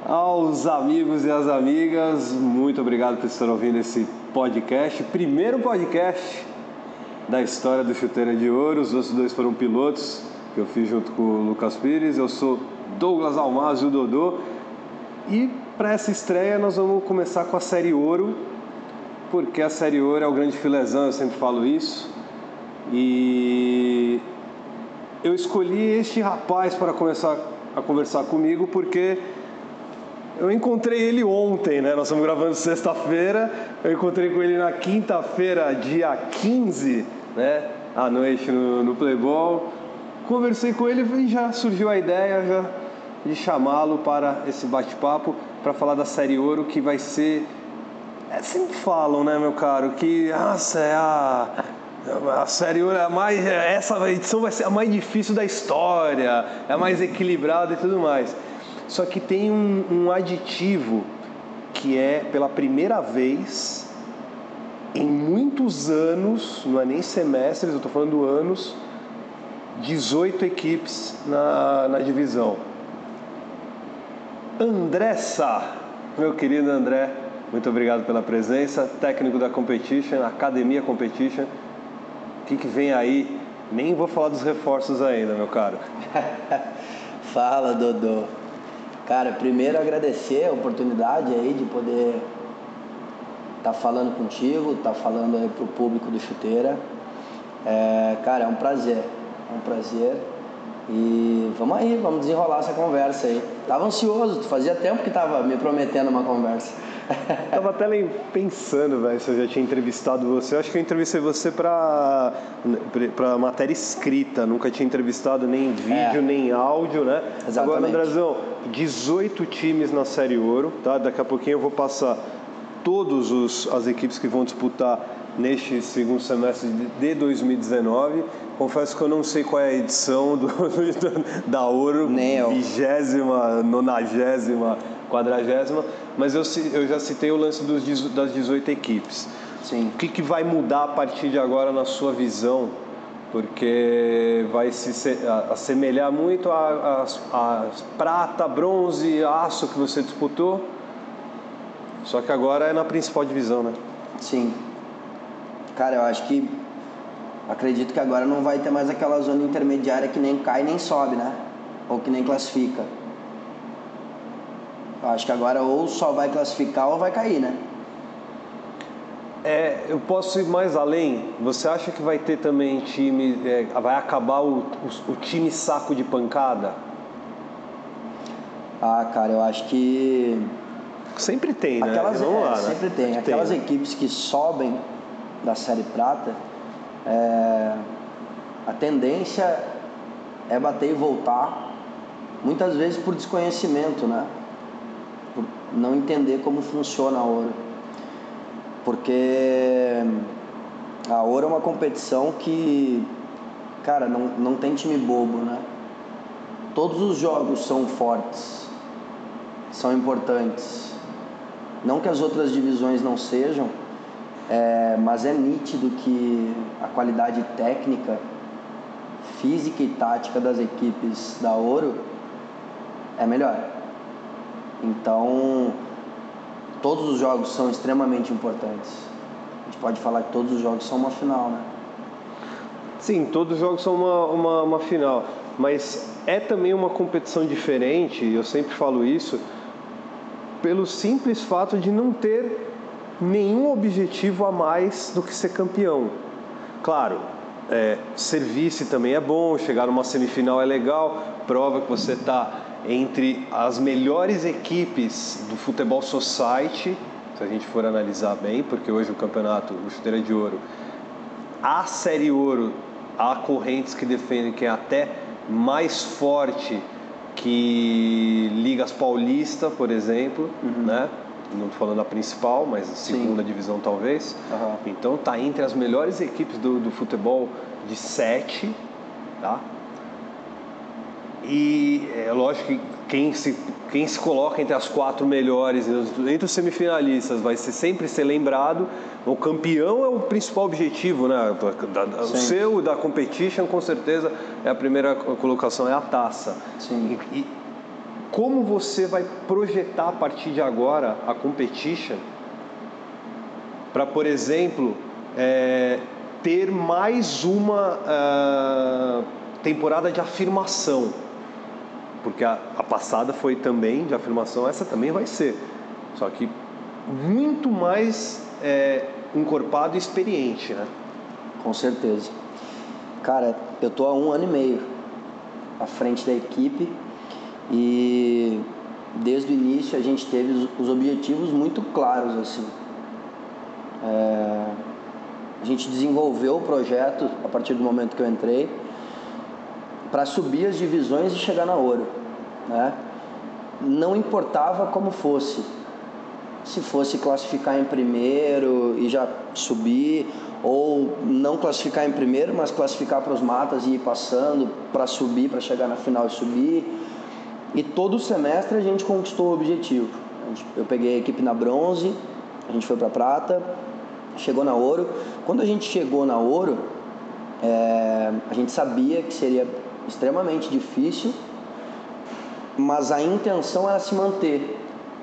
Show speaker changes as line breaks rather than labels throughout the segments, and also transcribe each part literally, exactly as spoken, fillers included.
Aos amigos e às amigas, muito obrigado por estar ouvindo esse podcast, primeiro podcast da história do Chuteira de Ouro. Os outros dois foram pilotos que eu fiz junto com o Lucas Pires. Eu sou Douglas Almazi, o Dodô, e para essa estreia nós vamos começar com a Série Ouro, porque a Série Ouro é o grande filezão, eu sempre falo isso, e eu escolhi este rapaz para começar a conversar comigo porque eu encontrei ele ontem, né? Nós estamos gravando sexta-feira, eu encontrei com ele na quinta-feira, dia quinze, né? À noite no, no Playball. Conversei com ele e já surgiu a ideia já de chamá-lo para esse bate-papo, para falar da Série Ouro, que vai ser... É, sempre falam, né, meu caro, que nossa, é a... A Série Ouro é a mais... Essa edição vai ser a mais difícil da história, é a mais equilibrada e tudo mais. Só que tem um, um aditivo que é, pela primeira vez em muitos anos, não é nem semestres, eu estou falando anos, dezoito equipes na, na divisão. André Sá, meu querido André, muito obrigado pela presença, técnico da Competition, Academia Competition. O que, que vem aí? Nem vou falar dos reforços ainda, meu caro.
Fala, Dodô. Cara, primeiro agradecer a oportunidade aí de poder estar tá falando contigo, estar tá falando aí pro público do Chuteira. É, cara, é um prazer, é um prazer. E vamos aí, vamos desenrolar essa conversa aí. Tava ansioso, fazia tempo que tava me prometendo uma conversa.
Tava até pensando, velho, se eu já tinha entrevistado você. Eu acho que eu entrevistei você pra, pra matéria escrita, nunca tinha entrevistado nem em vídeo, é. nem áudio, né?
Exatamente.
Agora, Andrezão, dezoito times na Série Ouro, tá? Daqui a pouquinho eu vou passar todas as equipes que vão disputar neste segundo semestre de dois mil e dezenove. Confesso que eu não sei qual é a edição do, do, da Ouro, vigésima, nonagésima, quadragésima, mas eu, eu já citei o lance dos, das dezoito equipes.
Sim.
O que, que vai mudar a partir de agora na sua visão? Porque vai se assemelhar muito a, a, a prata, bronze, aço que você disputou, só que agora é na principal divisão, né?
Sim. Cara, eu acho que acredito que agora não vai ter mais aquela zona intermediária que nem cai nem sobe, né? Ou que nem classifica. Eu acho que agora ou só vai classificar ou vai cair, né?
É, eu posso ir mais além. Você acha que vai ter também time, é, vai acabar o, o, o time saco de pancada?
Ah, cara, eu acho que
sempre tem, né?
Aquelas,
Vamos
é,
lá,
sempre
né?
tem.
Sempre
Aquelas
tem,
equipes que sobem da Série Prata, é, a tendência é bater e voltar, muitas vezes por desconhecimento, né? Por não entender como funciona a Ouro. Porque a Ouro é uma competição que, cara, não, não tem time bobo, né? Todos os jogos são fortes, são importantes. Não que as outras divisões não sejam, é, mas é nítido que a qualidade técnica, física e tática das equipes da Ouro é melhor. Então, todos os jogos são extremamente importantes. A gente pode falar que todos os jogos são uma final, né?
Sim, todos os jogos são uma, uma, uma final, mas é também uma competição diferente, eu sempre falo isso, pelo simples fato de não ter nenhum objetivo a mais do que ser campeão. Claro, é, ser vice também é bom, chegar numa semifinal é legal, prova que você está entre as melhores equipes do futebol society, se a gente for analisar bem, porque hoje o campeonato, o Chuteira de Ouro, a Série Ouro, há correntes que defendem que é até mais forte que Ligas Paulista, por exemplo, uhum. né? Não estou falando a principal, mas a segunda Sim. divisão talvez.
Uhum.
Então está entre as melhores equipes do, do futebol de sete, tá? E é lógico que quem se, quem se coloca entre as quatro melhores, entre os semifinalistas, vai ser, sempre ser lembrado. O campeão é o principal objetivo, né? O seu, da competition, com certeza, é a primeira colocação, é a taça.
Sim.
E, como você vai projetar a partir de agora a competition para, por exemplo, é, ter mais uma uh, temporada de afirmação, porque a, a passada foi também de afirmação, essa também vai ser, só que muito mais é, encorpado e experiente, né?
Com certeza. Cara, eu tô há um ano e meio à frente da equipe e desde o início a gente teve os objetivos muito claros, assim. É, a gente desenvolveu o projeto a partir do momento que eu entrei para subir as divisões e chegar na ouro, né? Não importava como fosse, se fosse classificar em primeiro e já subir, ou não classificar em primeiro, mas classificar para os matas e ir passando para subir, para chegar na final e subir. E todo semestre a gente conquistou o objetivo. Eu peguei a equipe na bronze, a gente foi para prata, chegou na ouro. Quando a gente chegou na ouro, é, a gente sabia que seria extremamente difícil, mas a intenção era se manter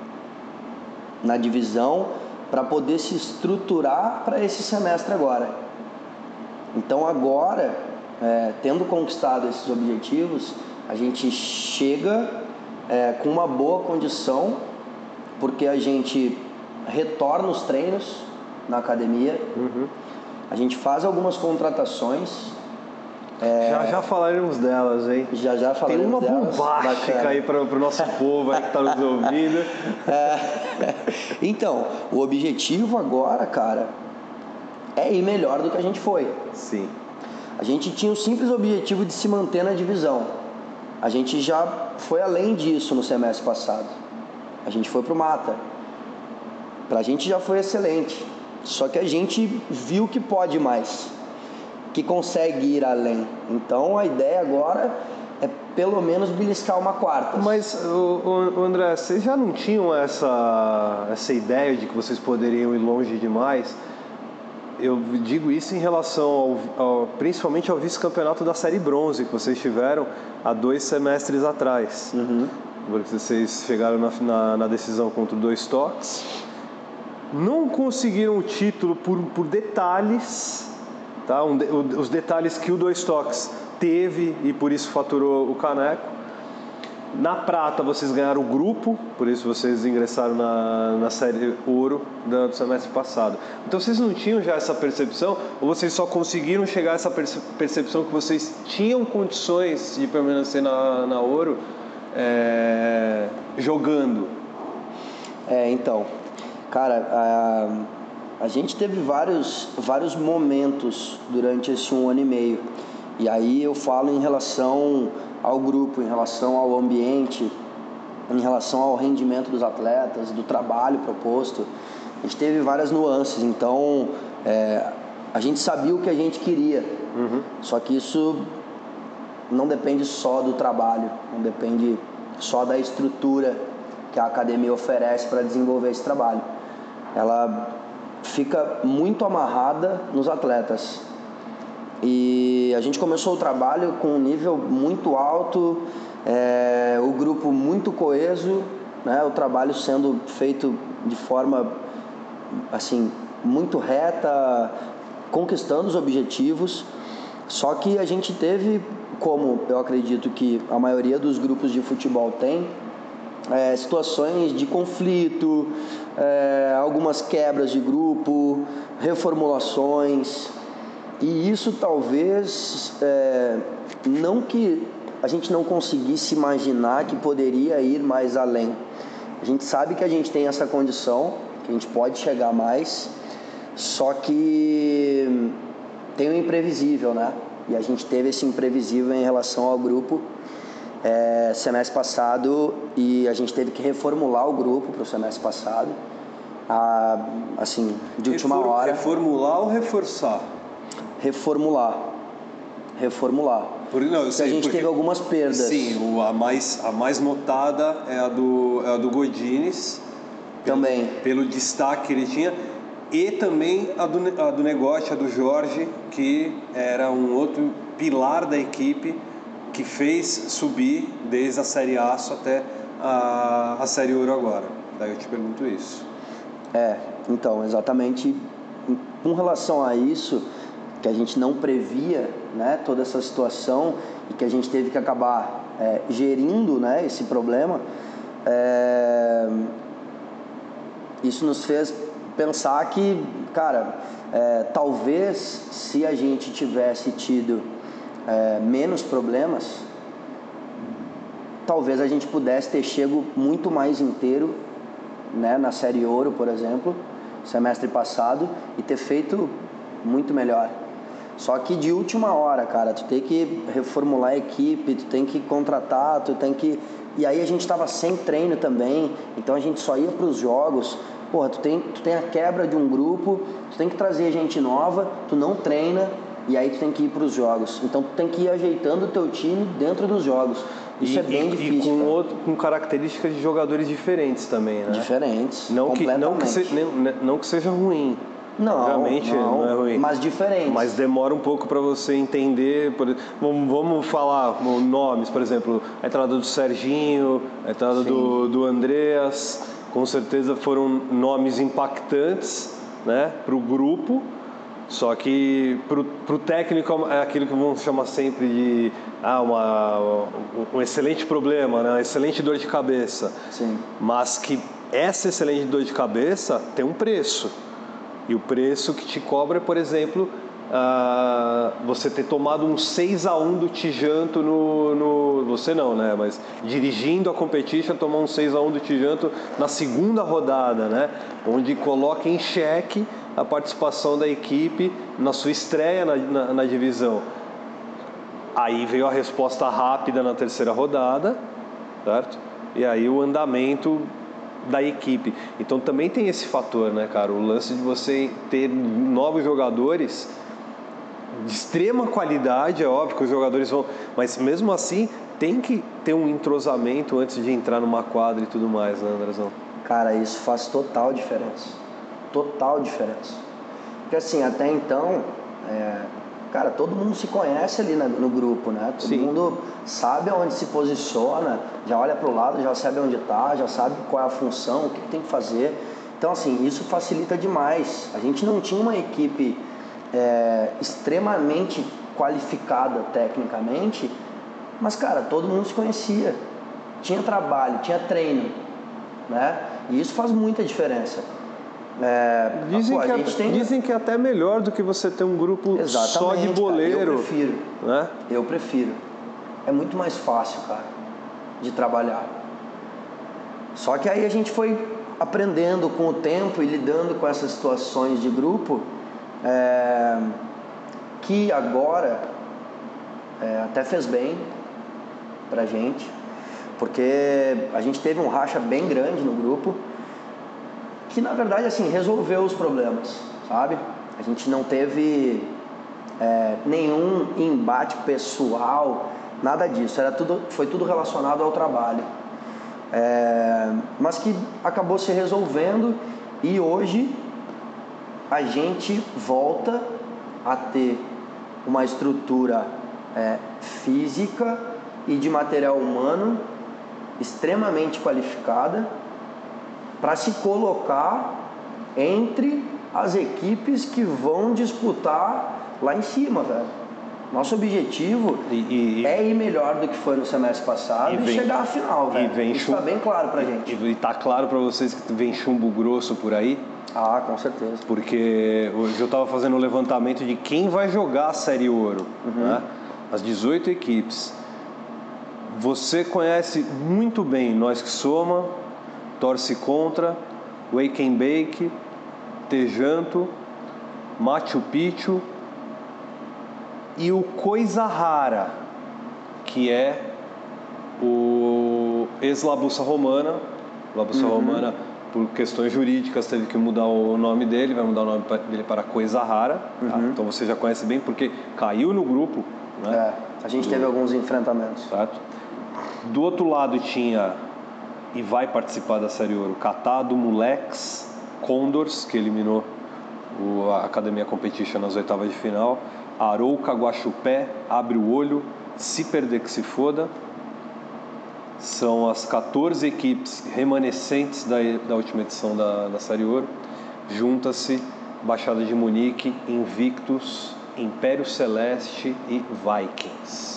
na divisão para poder se estruturar para esse semestre agora. Então agora, é, tendo conquistado esses objetivos, a gente chega é, com uma boa condição, porque a gente retorna os treinos na academia, uhum. A gente faz algumas contratações.
É, já já falaremos delas, hein?
Já já falaremos
delas. Tem uma bombástica aí para o nosso povo aí que está nos ouvindo.
É, então, o objetivo agora, cara, é ir melhor do que a gente foi.
Sim.
A gente tinha o simples objetivo de se manter na divisão. A gente já foi além disso no semestre passado. A gente foi pro mata. Pra gente já foi excelente. Só que a gente viu que pode mais, que consegue ir além. Então a ideia agora é pelo menos beliscar uma quarta.
Mas, o, o André, vocês já não tinham essa, essa ideia de que vocês poderiam ir longe demais? Eu digo isso em relação ao, ao, principalmente ao vice-campeonato da Série Bronze que vocês tiveram há dois semestres atrás.
Uhum.
Porque vocês chegaram na, na, na decisão contra o Dois Toques, não conseguiram o título por, por detalhes, tá? Um, o, os detalhes que o Dois Toques teve e por isso faturou o caneco. Na prata vocês ganharam o grupo, por isso vocês ingressaram na, na série ouro do semestre passado. Então vocês não tinham já essa percepção, ou vocês só conseguiram chegar a essa percepção que vocês tinham condições de permanecer na, na ouro é, jogando?
É, então, cara, a, a gente teve vários, vários momentos durante esse um ano e meio. E aí eu falo em relação ao grupo, em relação ao ambiente, em relação ao rendimento dos atletas, do trabalho proposto. A gente teve várias nuances, então é, a gente sabia o que a gente queria, uhum. Só que isso não depende só do trabalho, não depende só da estrutura que a academia oferece para desenvolver esse trabalho. Ela fica muito amarrada nos atletas. E a gente começou o trabalho com um nível muito alto, é, o grupo muito coeso, né, o trabalho sendo feito de forma assim, muito reta, conquistando os objetivos. Só que a gente teve, como eu acredito que a maioria dos grupos de futebol tem, é, situações de conflito, é, algumas quebras de grupo, reformulações. E isso talvez, é, não que a gente não conseguisse imaginar que poderia ir mais além. A gente sabe que a gente tem essa condição, que a gente pode chegar mais, só que tem o imprevisível, né? E a gente teve esse imprevisível em relação ao grupo é, semestre passado, e a gente teve que reformular o grupo para o semestre passado, a, assim, de última
Refor-
hora.
Reformular ou reforçar?
Reformular, reformular.
Porque, não, eu
porque
sei,
a gente
porque,
teve algumas perdas.
Sim, a mais, a mais notada é a do, é a do Godinez.
Também.
Pelo, pelo destaque que ele tinha. E também a do, a do negócio, a do Jorge, que era um outro pilar da equipe, que fez subir desde a Série A até a, a Série Ouro agora? Daí eu te pergunto isso.
É, então, exatamente com relação a isso, que a gente não previa, né, toda essa situação e que a gente teve que acabar é, gerindo, né, esse problema, é, isso nos fez pensar que, cara, é, talvez se a gente tivesse tido é, menos problemas, talvez a gente pudesse ter chego muito mais inteiro, né, na Série Ouro, por exemplo, semestre passado, e ter feito muito melhor. Só que de última hora, cara, tu tem que reformular a equipe, tu tem que contratar, tu tem que... E aí a gente tava sem treino também, então a gente só ia para os jogos. Porra, tu tem, tu tem a quebra de um grupo, tu tem que trazer gente nova, tu não treina, e aí tu tem que ir para os jogos. Então tu tem que ir ajeitando o teu time dentro dos jogos. Isso
e,
é bem
e,
difícil.
E com, outro, com características de jogadores diferentes também, né?
Diferentes,
não que, não, que se, não, não que seja ruim.
Não,
Obviamente
não,
não é ruim.
Mas diferentes.
Mas demora um pouco para você entender. Por, vamos, vamos falar nomes, por exemplo, a entrada do Serginho, a entrada do, do Andreas, com certeza foram nomes impactantes, né, para o grupo. Só que para o técnico é aquilo que vamos chamar sempre de ah, uma, um excelente problema, né? Uma excelente dor de cabeça.
Sim.
Mas que essa excelente dor de cabeça tem um preço. E o preço que te cobra é, por exemplo, ah, você ter tomado um seis a um do Tijanto no, no... Você não, né? Mas dirigindo a competition, tomar um seis a um do Tijanto na segunda rodada, né? Onde coloca em xeque a participação da equipe na sua estreia na, na, na divisão. Aí veio a resposta rápida na terceira rodada, certo? E aí o andamento da equipe. Então também tem esse fator, né, cara? O lance de você ter novos jogadores de extrema qualidade, é óbvio que os jogadores vão... Mas mesmo assim, tem que ter um entrosamento antes de entrar numa quadra e tudo mais, né, Andrezão?
Cara, isso faz total diferença. Total diferença. Porque assim, até então, é, cara, todo mundo se conhece ali no, no grupo, né? Todo
Sim.
mundo sabe aonde se posiciona, já olha para o lado, já sabe onde está, já sabe qual é a função, o que tem que fazer. Então, assim, isso facilita demais. A gente não tinha uma equipe é, extremamente qualificada tecnicamente, mas, cara, todo mundo se conhecia. Tinha trabalho, tinha treino, né? E isso faz muita diferença. É,
dizem,
pô,
que até,
tem...
dizem que é até melhor do que você ter um grupo
Exatamente,
só de boleiro.
Cara, eu prefiro,
né?
Eu prefiro. É muito mais fácil, cara, de trabalhar. Só que aí a gente foi aprendendo com o tempo e lidando com essas situações de grupo, é, que agora é, até fez bem pra gente, porque a gente teve um racha bem grande no grupo, que na verdade assim resolveu os problemas, sabe? A gente não teve é, nenhum embate pessoal, nada disso. Era tudo, foi tudo relacionado ao trabalho, é, mas que acabou se resolvendo e hoje a gente volta a ter uma estrutura é, física e de material humano extremamente qualificada para se colocar entre as equipes que vão disputar lá em cima, velho. Nosso objetivo
e, e,
é ir melhor do que foi no semestre passado e, e vem, chegar à final, velho. Isso está bem claro pra gente.
E está claro para vocês que vem chumbo grosso por aí?
Ah, com certeza.
Porque hoje eu estava fazendo um levantamento de quem vai jogar a Série Ouro, uhum. né? As dezoito equipes. Você conhece muito bem Nós que Soma, Torce Contra, Wake and Bake, Tejanto, Machu Picchu e o Coisa Rara, que é o ex-Labussa Romana. Labussa uhum. Romana, por questões jurídicas, teve que mudar o nome dele, vai mudar o nome dele para Coisa Rara. Uhum. Tá? Então você já conhece bem, porque caiu no grupo. Né?
É, a gente Do... teve alguns enfrentamentos.
Certo? Do outro lado tinha, e vai participar da Série Ouro, Catado, Moleques, Condors, que eliminou o, a Academia Competition nas oitavas de final, Arouca, Guaxupé, Abre o Olho, Se Perder Que Se Foda, São as quatorze equipes remanescentes da, da última edição da, da Série Ouro. Junta-se Baixada de Munique, Invictus, Império Celeste e Vikings.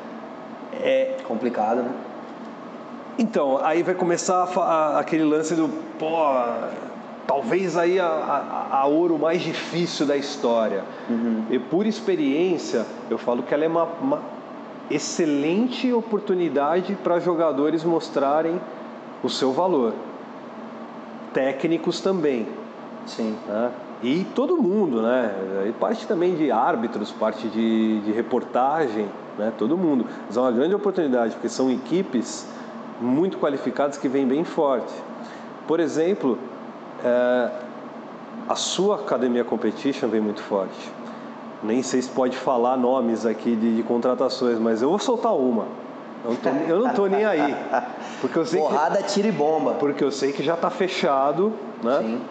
É complicado, né?
Então, aí vai começar a, a, aquele lance do, pô, talvez aí a, a, a Ouro mais difícil da história. Uhum. E por experiência, eu falo que ela é uma, uma excelente oportunidade para jogadores mostrarem o seu valor. Técnicos também.
Sim.
Né? E todo mundo, né? E parte também de árbitros, parte de, de reportagem, né? Todo mundo. Mas é uma grande oportunidade, porque são equipes muito qualificadas que vêm bem forte. Por exemplo, é, a sua Academia Competition vem muito forte. Nem sei se pode falar nomes aqui de, de contratações, mas eu vou soltar uma. Eu não tô, eu não tô nem aí. Porque eu sei
Porrada,
que,
tiro e bomba.
Porque eu sei que já está fechado, né?
Sim.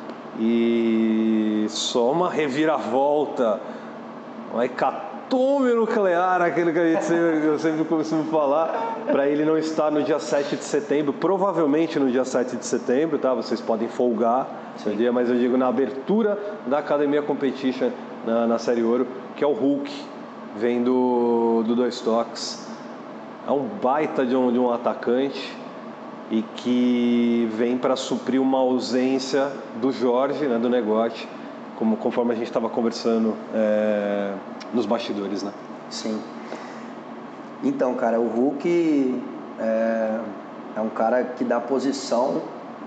E só uma reviravolta, uma hecatombe nuclear, aquele que a gente sempre, eu sempre costumo falar, para ele não estar no dia sete de setembro, provavelmente no dia sete de setembro, tá? Vocês podem folgar no dia, mas eu digo na abertura da Academia Competition na, na Série Ouro, que é o Hulk, vem do, do Dois Toques. É um baita de um, de um atacante e que vem para suprir uma ausência do Jorge, né, do Negote, como, conforme a gente estava conversando é, nos bastidores, né?
Sim. Então, cara, o Hulk é, é um cara que dá posição,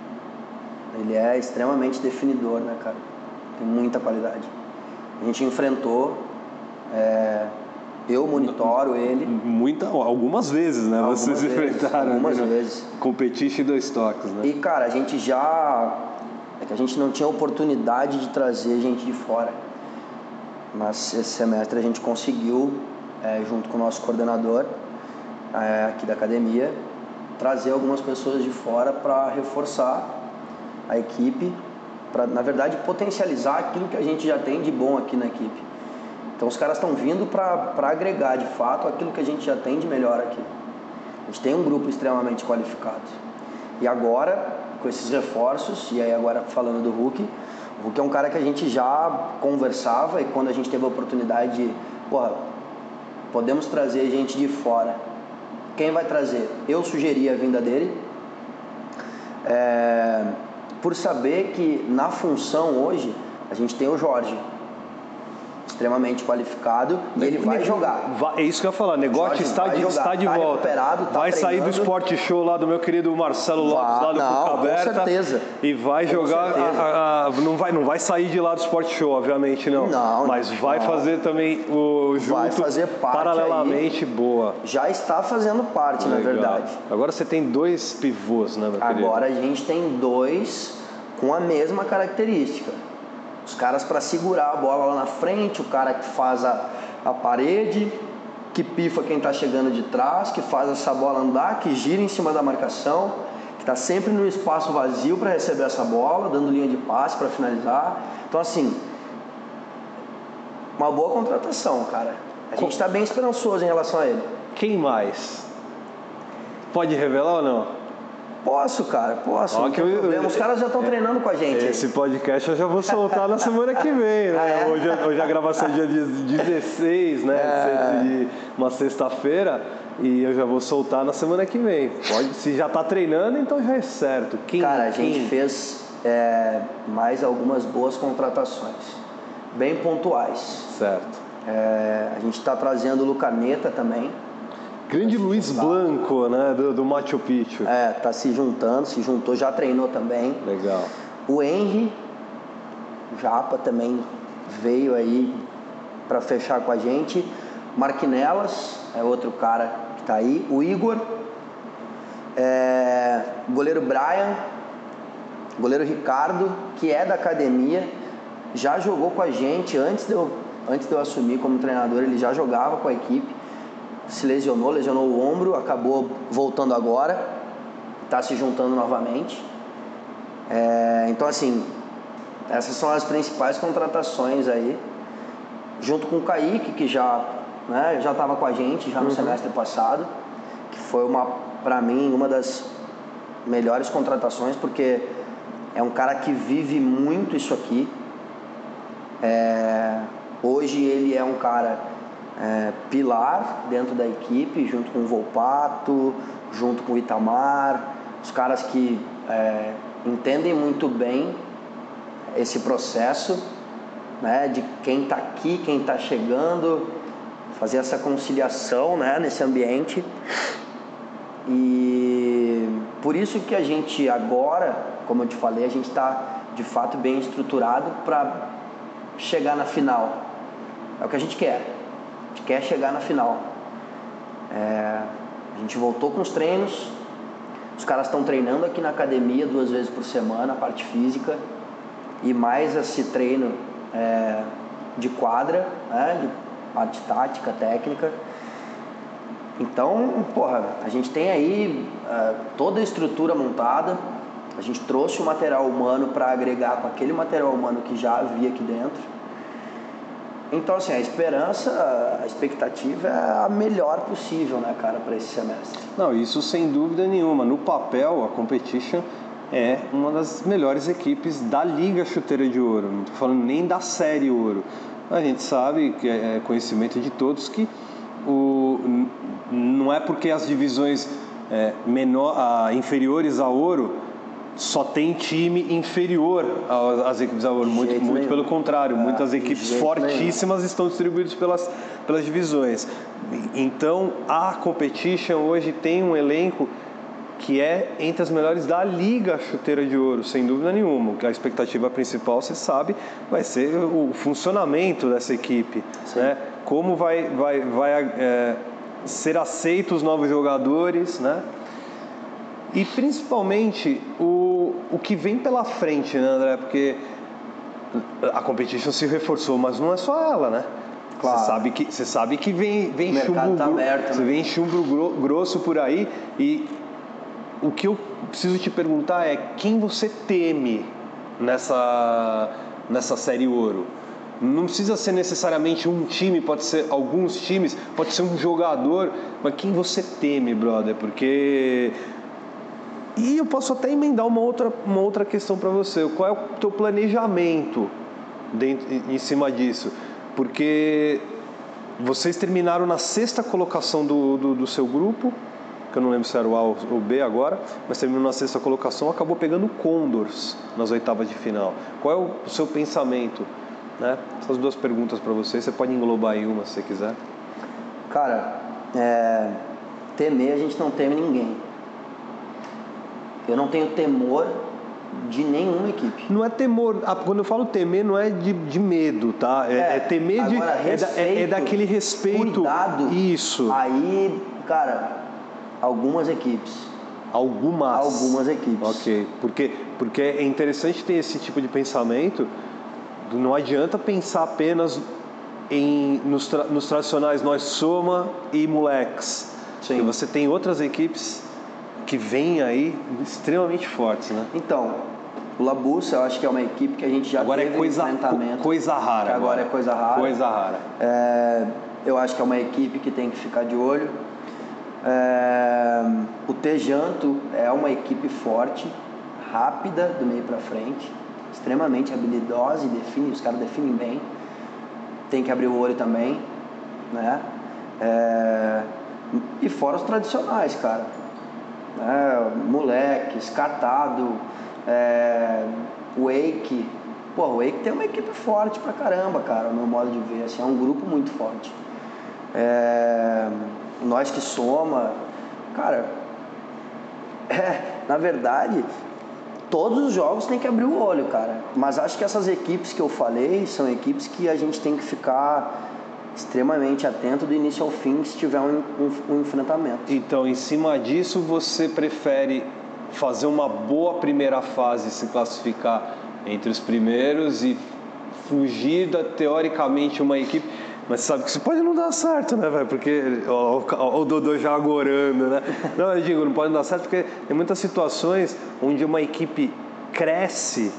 ele é extremamente definidor, né, cara? Tem muita qualidade. A gente enfrentou, é, eu monitoro ele.
Muita, algumas vezes, né?
Algumas
Vocês
vezes,
enfrentaram.
Algumas
né?
vezes.
Competition e Dois Toques, né?
E, cara, a gente já... É que a gente não tinha oportunidade de trazer gente de fora. Mas esse semestre a gente conseguiu, é, junto com o nosso coordenador é, aqui da academia, trazer algumas pessoas de fora para reforçar a equipe, para, na verdade, potencializar aquilo que a gente já tem de bom aqui na equipe. Então os caras estão vindo para agregar de fato aquilo que a gente já tem de melhor aqui. A gente tem um grupo extremamente qualificado. E agora, com esses reforços, e aí agora falando do Hulk, o Hulk é um cara que a gente já conversava e quando a gente teve a oportunidade de, porra, podemos trazer gente de fora. Quem vai trazer? Eu sugeri a vinda dele, é, por saber que na função hoje a gente tem o Jorge, extremamente qualificado, e ele vai jogar.
É isso que eu ia falar, Negote está de, está de
tá
volta.
Tá
vai sair do Sport Show lá do meu querido Marcelo Lopes, lá do Cuca Aberta.
Com certeza.
E vai
com
jogar. A, a, não, vai, não vai sair de lá do Sport Show, obviamente, não.
Não.
Mas vai
não.
fazer também o junto,
vai fazer parte
paralelamente,
aí.
Boa.
Já está fazendo parte, Legal. Na verdade.
Agora você tem dois pivôs, né, meu querido?
Agora a gente tem dois com a mesma característica. Os caras para segurar a bola lá na frente, o cara que faz a, a parede, que pifa quem está chegando de trás, que faz essa bola andar, que gira em cima da marcação, que está sempre no espaço vazio para receber essa bola, dando linha de passe para finalizar. Então, assim, uma boa contratação, cara. A gente está bem esperançoso em relação a ele.
Quem mais? Pode revelar ou não?
Posso, cara, posso,
Ó,
não tem
eu,
problema. Os caras já estão é, treinando com a gente.
Esse aí. Podcast eu já vou soltar na semana que vem, né? Ah, é? hoje, hoje a gravação é dia dezesseis, né? É. De uma sexta-feira. E eu já vou soltar na semana que vem. Pode, se já está treinando, então já é certo. Quem,
cara, a gente
quem?
fez é, mais algumas boas contratações, bem pontuais.
Certo.
É, a gente está trazendo o Lucaneta também.
Grande Luiz Blanco, né, do, do Machu Picchu.
É, tá se juntando, se juntou, já treinou também.
Legal.
O Henry, Japa também veio aí para fechar com a gente. Marquinelas é outro cara que tá aí. O Igor, é, goleiro Brian, goleiro Ricardo, que é da academia, já jogou com a gente antes de eu, antes de eu assumir como treinador, ele já jogava com a equipe. Se lesionou, lesionou o ombro, acabou voltando agora, está se juntando novamente. É, então, assim, essas são as principais contratações aí, junto com o Kaique, que já né, já estava com a gente já no uhum. semestre passado, que foi, uma, pra mim, uma das melhores contratações, porque é um cara que vive muito isso aqui. É, hoje ele é um cara é, pilar dentro da equipe, junto com o Volpato, junto com o Itamar, os caras que é, entendem muito bem esse processo, né, de quem está aqui, quem está chegando, fazer essa conciliação, né, nesse ambiente. E por isso que a gente agora, como eu te falei, a gente está de fato bem estruturado para chegar na final. É o que a gente quer. A gente quer chegar na final. É, a gente voltou com os treinos. Os caras estão treinando aqui na academia duas vezes por semana, a parte física. E mais esse treino é, de quadra, né, de parte tática, técnica. Então, porra, a gente tem aí uh, toda a estrutura montada. A gente trouxe o material humano para agregar com aquele material humano que já havia aqui dentro. Então, assim, a esperança, a expectativa é a melhor possível, né, cara, para esse semestre.
Não, isso sem dúvida nenhuma. No papel, a Competition é uma das melhores equipes da Liga Chuteira de Ouro. Não estou falando nem da Série Ouro. A gente sabe, que é conhecimento de todos, que o, não é porque as divisões é, menor, a, inferiores a Ouro só tem time inferior às equipes a Ouro. Muito, muito pelo contrário, ah, muitas equipes fortíssimas nenhum. estão distribuídas pelas, pelas divisões. Então, a Competition hoje tem um elenco que é entre as melhores da Liga Chuteira de Ouro, sem dúvida nenhuma. A expectativa principal, você sabe, vai ser o funcionamento dessa equipe, né? Como vai, vai, vai é, ser aceito os novos jogadores, né? E principalmente o, o que vem pela frente, né, André? Porque a Competition se reforçou, mas não é só ela, né? Claro. Você sabe que, você sabe que vem, vem chumbo, tá aberto, você né? vem chumbo grosso por aí. E o que eu preciso te perguntar é quem você teme nessa, nessa Série Ouro? Não precisa ser necessariamente um time, pode ser alguns times, pode ser um jogador, mas quem você teme, brother? Porque... E eu posso até emendar uma outra, uma outra questão para você. Qual é o teu planejamento dentro, em cima disso? Porque vocês terminaram na sexta colocação do, do, do seu grupo, que eu não lembro se era o A ou o B agora, mas terminou na sexta colocação, acabou pegando o Condors nas oitavas de final. Qual é o, o seu pensamento? Né? Essas duas perguntas para você, você pode englobar em uma se você quiser.
Cara, é, temer a gente não teme ninguém. Eu não tenho temor de nenhuma equipe.
Não é temor, quando eu falo temer não é de, de medo, tá? É, é, é temer
agora,
de respeito, é, é, é daquele respeito.
Cuidado.
Isso.
Aí, cara, algumas equipes.
Algumas.
Algumas equipes.
Ok. Porque, porque é interessante ter esse tipo de pensamento. Não adianta pensar apenas em, nos, tra, nos tradicionais nós soma e moleques. Sim. Porque você tem outras equipes que vêm aí extremamente fortes, né?
Então, o Labussa, eu acho que é uma equipe que a gente já
agora
teve
é coisa,
enfrentamento.
Coisa rara.
Agora, agora é coisa rara.
Coisa rara.
É, eu acho que é uma equipe que tem que ficar de olho. É, o Tejanto é uma equipe forte, rápida do meio para frente, extremamente habilidosa e define, os caras definem bem. Tem que abrir o olho também, né? É, e fora os tradicionais, cara. É, moleques, Catado, é, Wake. Pô, o Wake tem uma equipe forte pra caramba, cara, no meu modo de ver. Assim, é um grupo muito forte. É, nós que soma, cara, é, na verdade, todos os jogos tem que abrir o olho, cara. Mas acho que essas equipes que eu falei são equipes que a gente tem que ficar extremamente atento do início ao fim se tiver um, um, um enfrentamento.
Então, em cima disso, você prefere fazer uma boa primeira fase, se classificar entre os primeiros e fugir da, teoricamente, uma equipe... Mas você sabe que isso pode não dar certo, né, velho? Porque ó, ó, o Dodô já agorando, né? Não, eu digo, não pode dar certo porque tem muitas situações onde uma equipe cresce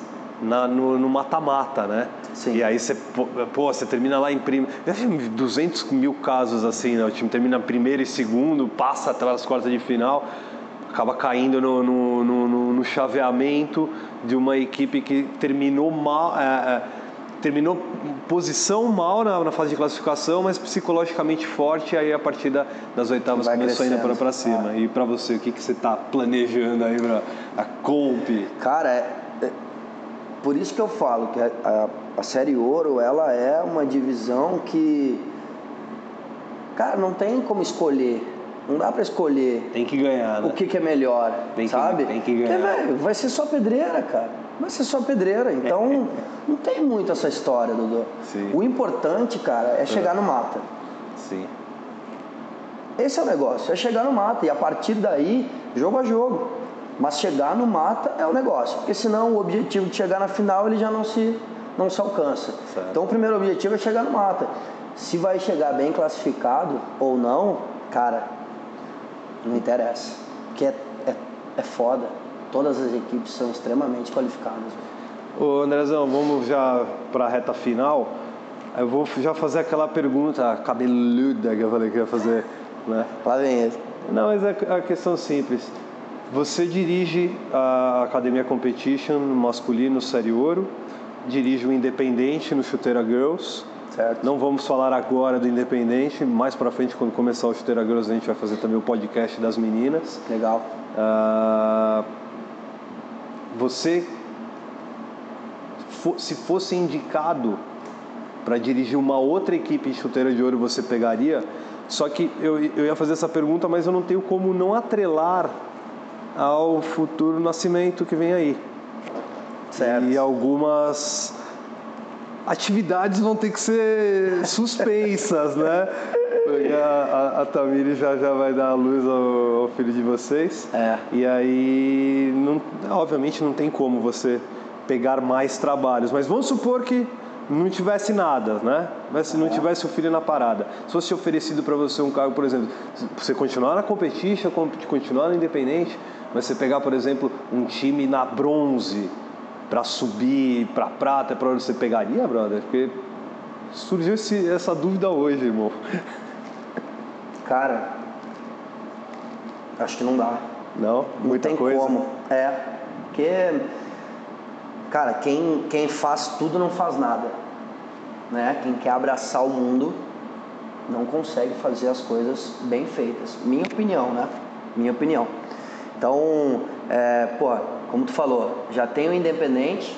na, no, no mata-mata, né?
Sim.
E aí você, pô, você termina lá em primeiro, duzentos mil casos assim, né? O time termina primeiro e segundo, passa atrás das quartas de final, acaba caindo no, no, no, no chaveamento de uma equipe que terminou mal, é, é, terminou posição mal na, na fase de classificação, mas psicologicamente forte, e aí a partir da, das oitavas
Vai
começou
crescendo.
ainda para cima. Ah. E para você, o que, que você está planejando aí para a Comp?
Cara, é, é, por isso que eu falo que a, a, a Série Ouro, ela é uma divisão que, cara, não tem como escolher. Não dá pra escolher.
Tem que ganhar, né?
O que, que é melhor,
tem
sabe?
Que, tem que ganhar.
Porque, velho, vai ser só pedreira, cara. Vai ser só pedreira. Então, não tem muito essa história, Dudu.
Sim.
O importante, cara, é chegar no mata.
Sim.
Esse é o negócio, é chegar no mata. E a partir daí, jogo a jogo. Mas chegar no mata é o negócio. Porque senão o objetivo de chegar na final, ele já não se, não se alcança.
Certo.
Então, o primeiro objetivo é chegar no mata. Se vai chegar bem classificado ou não, cara... Não interessa, porque é, é, é foda. Todas as equipes são extremamente qualificadas.
Ô Andrezão, vamos já para a reta final. Eu vou já fazer aquela pergunta cabeluda que eu falei que ia fazer, né?
Lá vem ele.
Não, mas é a questão simples. Você dirige a Academia Competition masculino Série Ouro, dirige o Independente no Chuteira Girls.
Certo.
Não vamos falar agora do Independente, mais pra frente, quando começar o Chuteira Girls, a gente vai fazer também o podcast das meninas.
Legal.
Uh, você, se fosse indicado para dirigir uma outra equipe de Chuteira de Ouro, você pegaria? Só que eu, eu ia fazer essa pergunta, mas eu não tenho como não atrelar ao futuro nascimento que vem aí.
Certo.
E algumas... atividades vão ter que ser suspensas, né? Porque a, a, a Tamires já, já vai dar a luz ao, ao filho de vocês.
É.
E aí, não, obviamente, não tem como você pegar mais trabalhos. Mas vamos supor que não tivesse nada, né? Se não tivesse o filho na parada. Se fosse oferecido para você um cargo, por exemplo, você continuar na competition, continuar no Independente, mas você pegar, por exemplo, um time na bronze, para subir para prata, para onde você pegaria, brother? Porque surgiu esse, essa dúvida hoje, irmão.
Cara, acho que não dá.
Não? Muita
não tem
coisa.
como. É, porque, cara, quem, quem faz tudo não faz nada, né? Quem quer abraçar o mundo não consegue fazer as coisas bem feitas. Minha opinião, né? Minha opinião. Então, é, pô, como tu falou, já tem o Independente,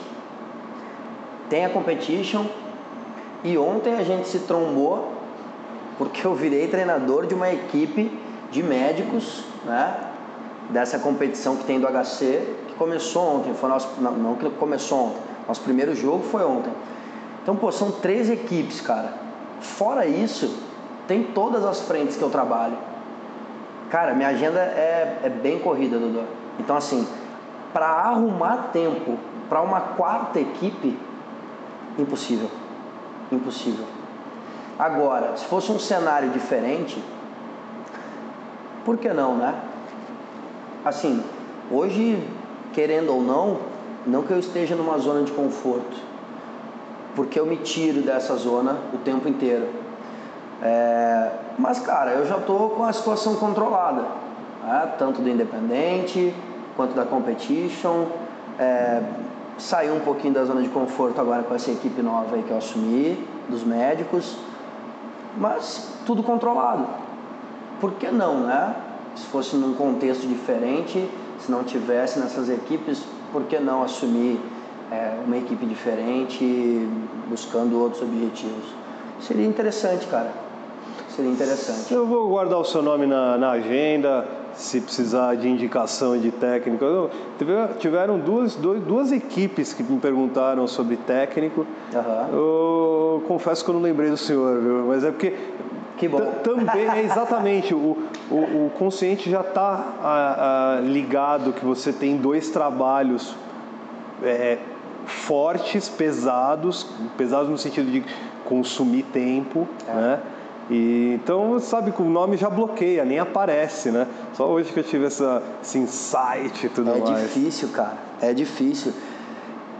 tem a Competition, e ontem a gente se trombou porque eu virei treinador de uma equipe de médicos, né, dessa competição que tem do H C, que começou ontem, foi nosso, não, não que começou ontem, nosso primeiro jogo foi ontem. Então, pô, são três equipes, cara. Fora isso, tem todas as frentes que eu trabalho. Cara, minha agenda é, é bem corrida, Dudu. Então, assim, para arrumar tempo para uma quarta equipe, impossível. Impossível. Agora, se fosse um cenário diferente, por que não, né? Assim, hoje, querendo ou não, não que eu esteja numa zona de conforto, porque eu me tiro dessa zona o tempo inteiro. É, mas, cara, eu já estou com a situação controlada, né? Tanto do Independente quanto da Competition. É, saí um pouquinho da zona de conforto agora com essa equipe nova aí que eu assumi, dos médicos, mas tudo controlado. Por que não, né? Se fosse num contexto diferente, se não tivesse nessas equipes, por que não assumir é, uma equipe diferente, buscando outros objetivos? Seria interessante, cara. Seria interessante.
Eu vou guardar o seu nome na, na agenda, se precisar de indicação de técnico. Eu, tiveram duas, duas, duas equipes que me perguntaram sobre técnico.
Uhum.
Eu confesso que eu não lembrei do senhor, viu? Mas é porque...
Que bom.
Também, é exatamente, o, o, o consciente já está ligado que você tem dois trabalhos é, fortes, pesados, pesados no sentido de consumir tempo, é. né? E, então, sabe que o nome já bloqueia, nem aparece, né? Só hoje que eu tive essa, esse insight e tudo
é
mais.
É difícil, cara, é difícil.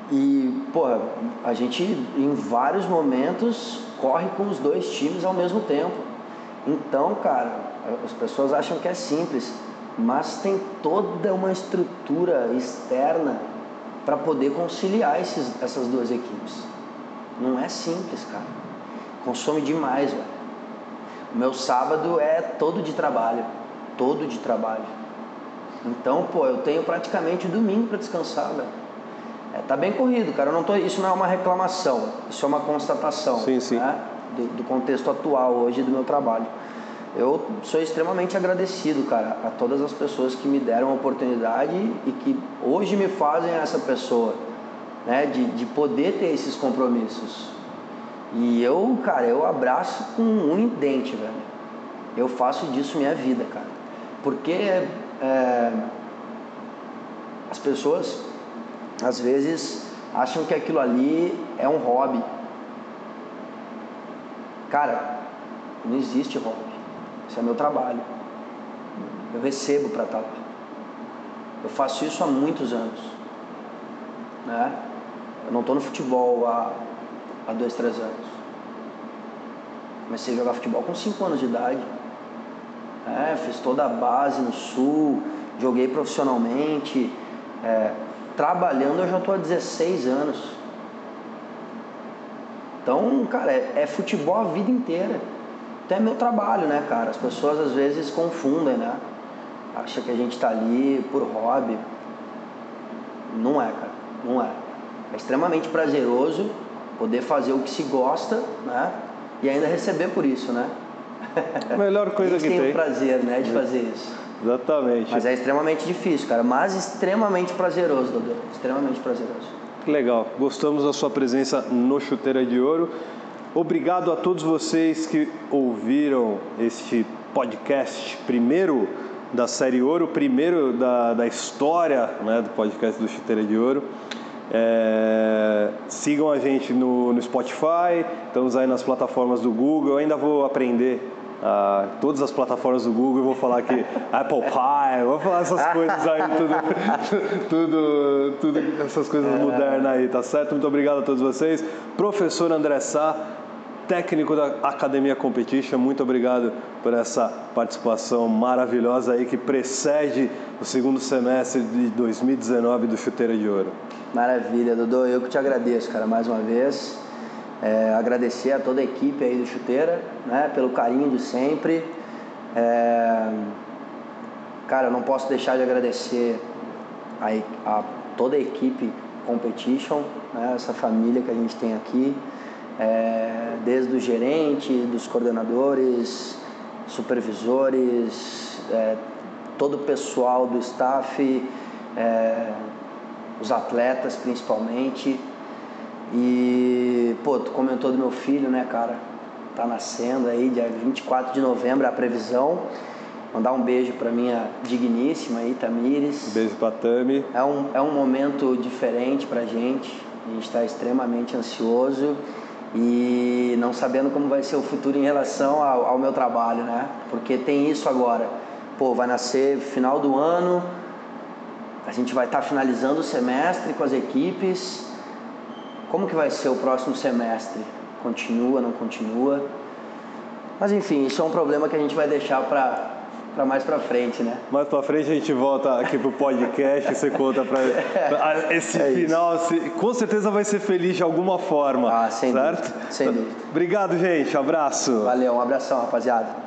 E, porra, a gente em vários momentos corre com os dois times ao mesmo tempo. Então, cara, as pessoas acham que é simples, mas tem toda uma estrutura externa para poder conciliar esses, essas duas equipes. Não é simples, cara. Consome demais, velho. O meu sábado é todo de trabalho, todo de trabalho. Então, pô, eu tenho praticamente domingo para descansar, velho. É, tá bem corrido, cara. Eu não tô, isso não é uma reclamação, isso é uma constatação,
sim, sim.
Né? Do, do contexto atual hoje do meu trabalho. Eu sou extremamente agradecido, cara, a todas as pessoas que me deram a oportunidade e que hoje me fazem essa pessoa, né? De, de poder ter esses compromissos. E eu, cara, eu abraço com unha e dente, velho. Eu faço disso minha vida, cara. Porque é, as pessoas às vezes acham que aquilo ali é um hobby. Cara, não existe hobby. Isso é meu trabalho. Eu recebo para estar lá. Eu faço isso há muitos anos, né? Eu não estou no futebol há, há dois, três anos. Comecei a jogar futebol com cinco anos de idade. É, fiz toda a base no Sul, joguei profissionalmente. É, trabalhando eu já estou há dezesseis anos. Então, cara, é, é futebol a vida inteira. Então é meu trabalho, né, cara? As pessoas às vezes confundem, né? Acham que a gente tá ali por hobby. Não é, cara, não é. É extremamente prazeroso poder fazer o que se gosta, né? E ainda receber por isso, né?
A melhor coisa
a gente
que
tem.
tem
o prazer, né, de fazer isso.
Exatamente.
Mas é extremamente difícil, cara. Mas extremamente prazeroso, Dodô. Extremamente prazeroso.
Legal. Gostamos da sua presença no Chuteira de Ouro. Obrigado a todos vocês que ouviram este podcast, primeiro da série Ouro, primeiro da, da história, né, do podcast do Chuteira de Ouro. É, sigam a gente no, no Spotify, estamos aí nas plataformas do Google. Eu ainda vou aprender uh, todas as plataformas do Google, eu vou falar aqui Apple Pie, vou falar essas coisas aí, tudo, tudo, tudo essas coisas modernas aí, tá certo? Muito obrigado a todos vocês. Professor André Sá, técnico da Academia Competition, muito obrigado por essa participação maravilhosa aí que precede o segundo semestre de dois mil e dezenove do Chuteira de Ouro.
Maravilha, Dodô, eu que te agradeço, cara, mais uma vez. É, agradecer a toda a equipe aí do Chuteira, né, pelo carinho de sempre. É, cara, eu não posso deixar de agradecer a, a toda a equipe Competition, né, essa família que a gente tem aqui. É, desde o gerente, dos coordenadores, supervisores, é, todo o pessoal do staff, é, os atletas principalmente. E, pô, tu comentou do meu filho, né, cara? Tá nascendo aí, dia vinte e quatro de novembro, a previsão. Mandar um beijo pra minha digníssima aí, Tamires.
Beijo pra Tami.
É um, é um momento diferente pra gente, a gente tá extremamente ansioso e não sabendo como vai ser o futuro em relação ao, ao meu trabalho, né? Porque tem isso agora. Pô, vai nascer final do ano, a gente vai estar finalizando o semestre com as equipes. Como que vai ser o próximo semestre? Continua, não continua? Mas enfim, isso é um problema que a gente vai deixar para para mais para frente, né?
Mais para frente a gente volta aqui pro podcast e você conta para esse é final, se, com certeza vai ser feliz de alguma forma,
ah, sem
certo?
Dúvida, sem dúvida.
Obrigado, gente. Abraço.
Valeu, um abração, rapaziada.